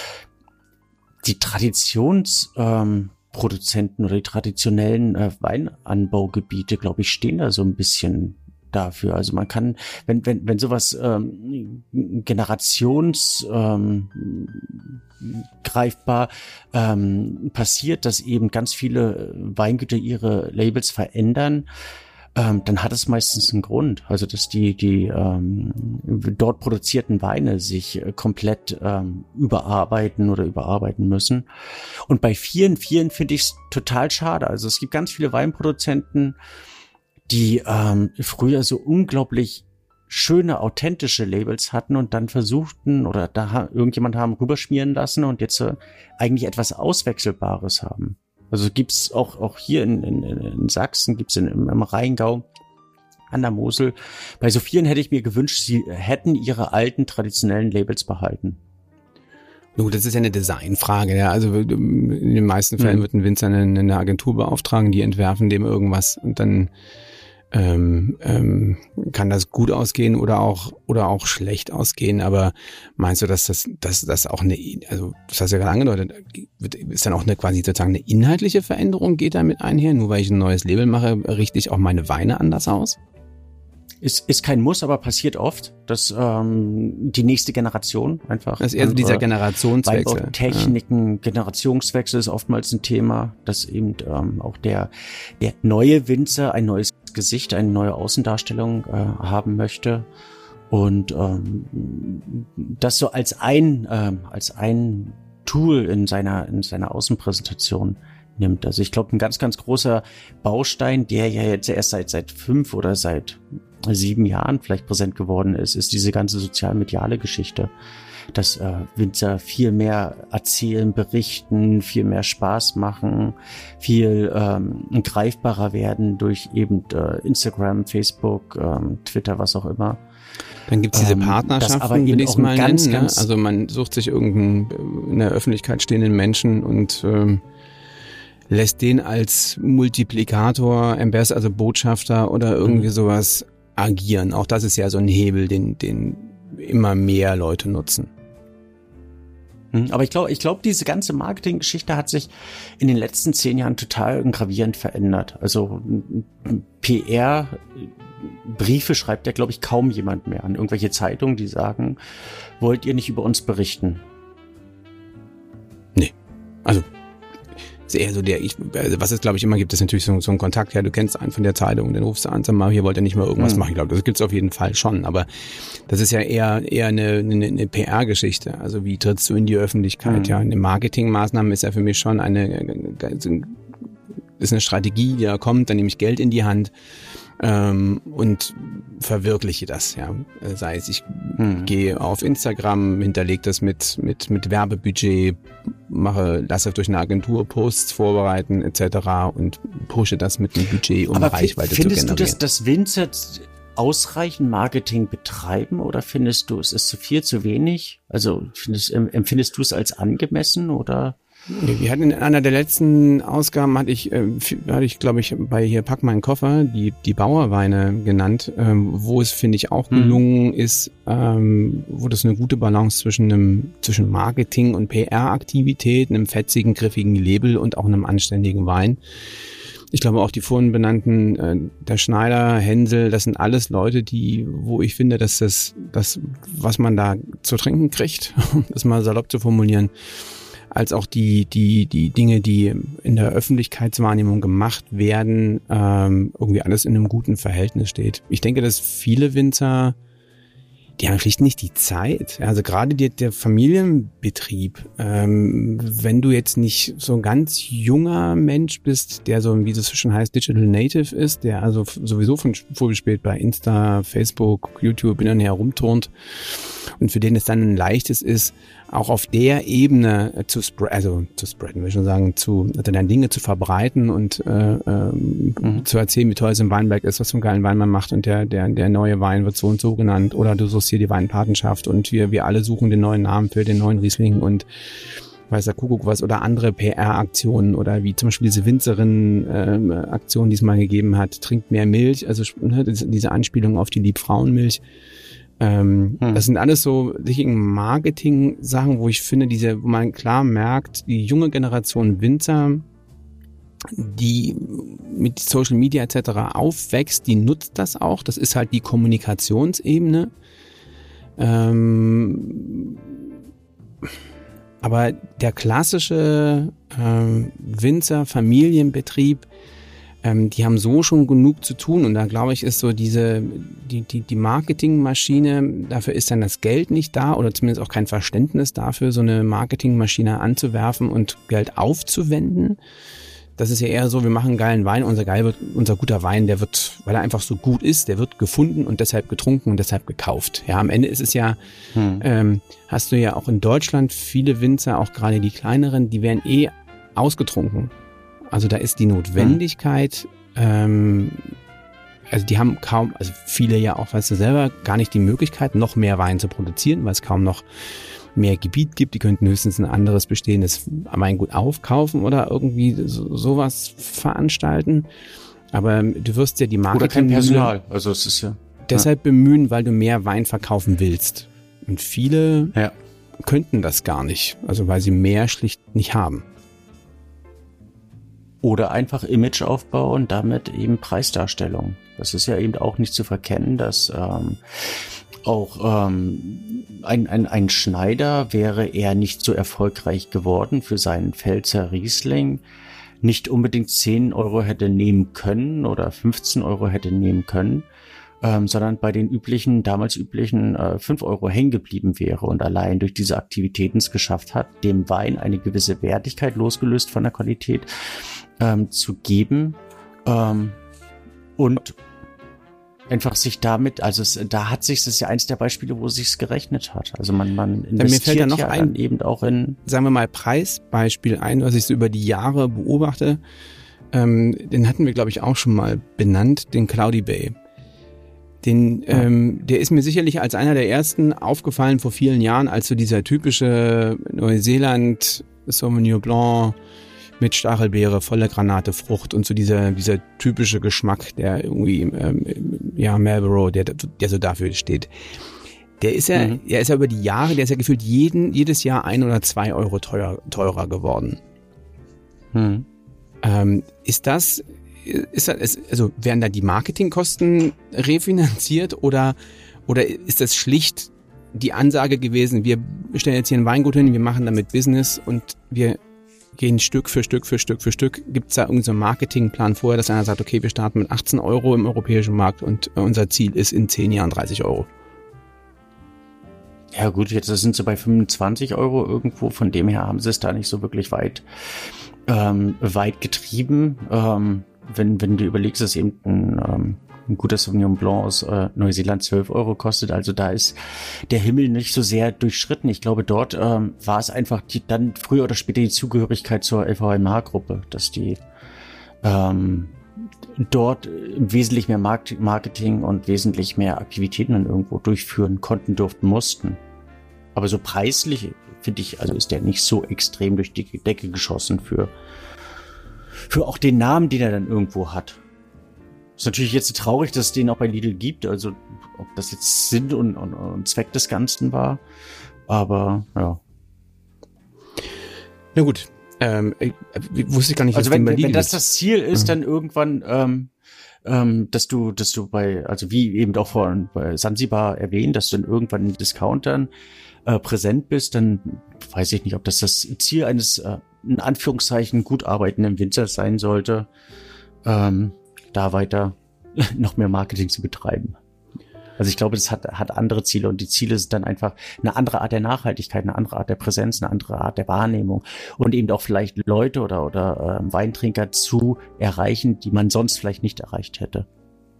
Die Traditions ähm, Produzenten oder die traditionellen äh, Weinanbaugebiete, glaube ich, stehen da so ein bisschen dafür. Also man kann, wenn wenn wenn sowas ähm, generations ähm, greifbar ähm, passiert, dass eben ganz viele Weingüter ihre Labels verändern, ähm, dann hat es meistens einen Grund. Also dass die die ähm, dort produzierten Weine sich äh, komplett ähm, überarbeiten oder überarbeiten müssen. Und bei vielen, vielen finde ich es total schade. Also es gibt ganz viele Weinproduzenten, die ähm, früher so unglaublich schöne, authentische Labels hatten und dann versuchten oder da ha- irgendjemand haben rüberschmieren lassen und jetzt äh, eigentlich etwas Auswechselbares haben. Also gibt's auch auch hier in, in, in Sachsen, gibt's in, im, im Rheingau, an der Mosel. Bei so vielen hätte ich mir gewünscht, sie hätten ihre alten traditionellen Labels behalten. Nun, das ist ja eine Designfrage. Ja. Also in den meisten Fällen mhm. wird ein Winzer eine, eine Agentur beauftragen, die entwerfen dem irgendwas und dann ähm, ähm, kann das gut ausgehen oder auch oder auch schlecht ausgehen. Aber meinst du, dass das, dass das auch eine, also das hast du ja gerade angedeutet, ist dann auch eine quasi sozusagen eine inhaltliche Veränderung geht damit einher? Nur weil ich ein neues Label mache, richte ich auch meine Weine anders aus? Ist, ist kein Muss, aber passiert oft, dass ähm, die nächste Generation einfach. Das ist eher so dieser Generationswechsel. Techniken, ja. Generationswechsel ist oftmals ein Thema, dass eben ähm, auch der der neue Winzer ein neues Gesicht, eine neue Außendarstellung äh, haben möchte und ähm, das so als ein ähm, als ein Tool in seiner in seiner Außenpräsentation nimmt. Also ich glaube, ein ganz, ganz großer Baustein, der ja jetzt erst seit seit fünf oder seit sieben Jahren vielleicht präsent geworden ist, ist diese ganze sozial-mediale Geschichte. Dass äh, Winzer viel mehr erzählen, berichten, viel mehr Spaß machen, viel ähm, greifbarer werden durch eben äh, Instagram, Facebook, ähm, Twitter, was auch immer. Dann gibt's diese Partnerschaften, will ich es mal nennen. Ne? Also man sucht sich irgendeinen in der Öffentlichkeit stehenden Menschen und ähm, lässt den als Multiplikator, Ambassador, also Botschafter oder irgendwie mhm. sowas agieren. Auch das ist ja so ein Hebel, den, den immer mehr Leute nutzen. Aber ich glaube, ich glaube, diese ganze Marketinggeschichte hat sich in den letzten zehn Jahren total gravierend verändert. Also P R-Briefe schreibt ja, glaube ich, kaum jemand mehr an irgendwelche Zeitungen, die sagen, wollt ihr nicht über uns berichten? Nee, also ist eher so der, ich, was es glaube ich immer gibt, ist natürlich so, so ein Kontakt, ja, du kennst einen von der Zeitung, den rufst du an, sag mal, hier wollt ihr nicht mal irgendwas mhm. machen. Ich glaube, das gibt's auf jeden Fall schon, aber das ist ja eher eher eine, eine, eine P R-Geschichte. Also wie trittst du in die Öffentlichkeit? Mhm. Ja, eine Marketingmaßnahme ist ja für mich schon eine, ist eine Strategie, die da kommt, dann nehme ich Geld in die Hand ähm, und verwirkliche das, ja. Sei es, ich hm. gehe auf Instagram, hinterlege das mit mit mit Werbebudget, mache, lasse durch eine Agentur Posts vorbereiten et cetera und pushe das mit einem Budget, um Aber Reichweite zu generieren. Findest du, dass das Winzer ausreichend Marketing betreiben oder findest du, es ist zu viel, zu wenig? Also findest, empfindest du es als angemessen oder? Wir hatten in einer der letzten Ausgaben, hatte ich, äh, hatte ich glaube ich, bei hier Pack meinen Koffer, die die Bauerweine genannt, ähm, wo es, finde ich, auch gelungen hm. ist, ähm, wo das eine gute Balance zwischen einem zwischen Marketing und P R-Aktivität, einem fetzigen, griffigen Label und auch einem anständigen Wein. Ich glaube auch die vorhin benannten, äh, der Schneider, Hänsel, das sind alles Leute, die, wo ich finde, dass das, das, was man da zu trinken kriegt, um das mal salopp zu formulieren, als auch die die die Dinge, die in der Öffentlichkeitswahrnehmung gemacht werden, ähm, irgendwie alles in einem guten Verhältnis steht. Ich denke, dass viele Winzer, die haben schlicht nicht die Zeit. Also gerade die, der Familienbetrieb, ähm, wenn du jetzt nicht so ein ganz junger Mensch bist, der so, wie das schon heißt, Digital Native ist, der also sowieso von vorgespielt bei Insta, Facebook, YouTube hin und her rumturnt und für den es dann ein leichtes ist, auch auf der Ebene zu spreaden, also zu spreaden, will ich schon sagen, zu, also dann Dinge zu verbreiten und äh, ähm, mhm. zu erzählen, wie toll es im Weinberg ist, was für einen geilen Wein man macht und der der der neue Wein wird so und so genannt oder du suchst hier die Weinpatenschaft und wir wir alle suchen den neuen Namen für den neuen Riesling und weiß der Kuckuck was oder andere P R-Aktionen oder wie zum Beispiel diese Winzerin-Aktion, die es mal gegeben hat, trinkt mehr Milch, also ne, diese Anspielung auf die Liebfrauenmilch. Ähm, hm. Das sind alles so richtigen Marketing-Sachen, wo ich finde, diese, wo man klar merkt, die junge Generation Winzer, die mit Social Media et cetera aufwächst, die nutzt das auch. Das ist halt die Kommunikationsebene. Ähm, aber der klassische ähm, Winzer-Familienbetrieb, die haben so schon genug zu tun und da glaube ich ist so diese die die die Marketingmaschine, dafür ist dann das Geld nicht da oder zumindest auch kein Verständnis dafür, so eine Marketingmaschine anzuwerfen und Geld aufzuwenden. Das ist ja eher so, wir machen einen geilen Wein, unser geil wird, unser guter Wein, der wird, weil er einfach so gut ist, der wird gefunden und deshalb getrunken und deshalb gekauft. Ja, am Ende ist es ja, hm. ähm, hast du ja auch in Deutschland viele Winzer, auch gerade die kleineren, die werden eh ausgetrunken. Also da ist die Notwendigkeit, mhm. ähm, also die haben kaum, also viele ja auch, weißt du selber, gar nicht die Möglichkeit, noch mehr Wein zu produzieren, weil es kaum noch mehr Gebiet gibt. Die könnten höchstens ein anderes bestehendes Weingut aufkaufen oder irgendwie so, sowas veranstalten. Aber du wirst ja die Marketing... Oder kein Personal, also es ist ja... Deshalb ja. bemühen, weil du mehr Wein verkaufen willst. Und viele ja. könnten das gar nicht, also weil sie mehr schlicht nicht haben. Oder einfach Imageaufbau und damit eben Preisdarstellung. Das ist ja eben auch nicht zu verkennen, dass ähm, auch ähm, ein, ein, ein Schneider wäre eher nicht so erfolgreich geworden für seinen Pfälzer Riesling, nicht unbedingt zehn Euro hätte nehmen können oder fünfzehn Euro hätte nehmen können, ähm, sondern bei den üblichen, damals üblichen äh, fünf Euro hängen geblieben wäre und allein durch diese Aktivitäten es geschafft hat, dem Wein eine gewisse Wertigkeit losgelöst von der Qualität ähm, zu geben ähm, und einfach sich damit, also es, da hat sich, das ist ja eins der Beispiele, wo es sich gerechnet hat. Also man, man investiert mir fällt ja noch ja ein, dann eben auch in, sagen wir mal, Preisbeispiel ein, was ich so über die Jahre beobachte. Ähm, den hatten wir, glaube ich, auch schon mal benannt, den Cloudy Bay. Den, ja. ähm, der ist mir sicherlich als einer der ersten aufgefallen vor vielen Jahren, als so dieser typische Neuseeland Sauvignon Blanc mit Stachelbeere, volle Granate, Frucht und so dieser dieser typische Geschmack, der irgendwie ähm, ja Marlborough, der der so dafür steht. Der ist ja, mhm. der ist ja über die Jahre, der ist ja gefühlt jeden jedes Jahr ein oder zwei Euro teuer, teurer geworden. Mhm. Ähm, ist das ist das also werden da die Marketingkosten refinanziert oder oder ist das schlicht die Ansage gewesen, wir stellen jetzt hier ein Weingut hin, wir machen damit Business und wir gehen Stück für Stück für Stück für Stück. Gibt es da irgendeinen so einen Marketingplan vorher, dass einer sagt, okay, wir starten mit achtzehn Euro im europäischen Markt und unser Ziel ist in zehn Jahren dreißig Euro? Ja gut, jetzt sind sie bei fünfundzwanzig Euro irgendwo, von dem her haben sie es da nicht so wirklich weit ähm, weit getrieben. Ähm, wenn, wenn du überlegst, dass eben ein, ähm, ein guter Sauvignon Blanc aus äh, Neuseeland zwölf Euro kostet, also da ist der Himmel nicht so sehr durchschritten. Ich glaube, dort ähm, war es einfach die, dann früher oder später die Zugehörigkeit zur L V M H-Gruppe, dass die ähm, dort wesentlich mehr Marketing und wesentlich mehr Aktivitäten dann irgendwo durchführen konnten, durften, mussten. Aber so preislich, finde ich, also ist der nicht so extrem durch die Decke geschossen für, für auch den Namen, den er dann irgendwo hat. Ist natürlich jetzt traurig, dass es den auch bei Lidl gibt, also ob das jetzt Sinn und, und, und Zweck des Ganzen war, aber ja. Na gut, ähm, ich, ich wusste gar nicht, also was wenn, bei wenn Lidl das ist. das Ziel ist, Mhm. dann irgendwann, ähm, ähm, dass du, dass du bei, also wie eben auch vorhin bei Sansibar erwähnt, dass du dann irgendwann in Discountern äh, präsent bist, dann weiß ich nicht, ob das das Ziel eines, äh, in Anführungszeichen, gut arbeitenden Winzers sein sollte, ähm, da weiter noch mehr Marketing zu betreiben. Also ich glaube, das hat, hat andere Ziele und die Ziele sind dann einfach eine andere Art der Nachhaltigkeit, eine andere Art der Präsenz, eine andere Art der Wahrnehmung und eben auch vielleicht Leute oder, oder äh, Weintrinker zu erreichen, die man sonst vielleicht nicht erreicht hätte.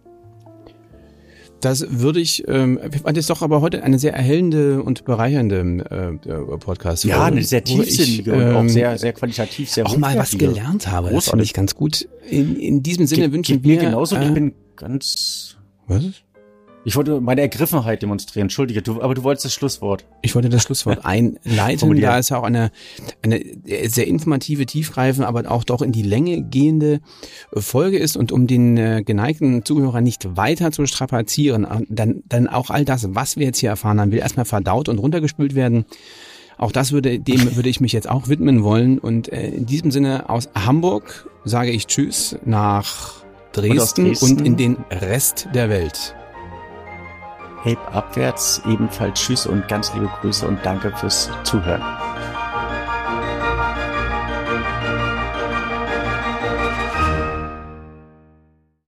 Das würde ich, ähm, ich fand jetzt doch aber heute eine sehr erhellende und bereichernde äh, Podcast. Ja, eine sehr tiefsinnige und auch ähm, sehr, sehr qualitativ, sehr auch mal was hochwertige. gelernt habe. Das Großartig. finde ich ganz gut. In, in diesem Sinne Ge- wünschen geht mir wir... genauso und äh, ich bin ganz... Was? Ich wollte meine Ergriffenheit demonstrieren, entschuldige, du, aber du wolltest das Schlusswort. Ich wollte das Schlusswort einleiten, Formulieren. da es ja auch eine, eine sehr informative, tiefgreifende, aber auch doch in die Länge gehende Folge ist und um den äh, geneigten Zuhörer nicht weiter zu strapazieren, äh, dann, dann auch all das, was wir jetzt hier erfahren haben, will erstmal verdaut und runtergespült werden. Auch das würde, dem würde ich mich jetzt auch widmen wollen und äh, in diesem Sinne aus Hamburg sage ich Tschüss nach Dresden Und aus Dresden. und in den Rest der Welt. Help abwärts, ebenfalls Tschüss und ganz liebe Grüße und danke fürs Zuhören.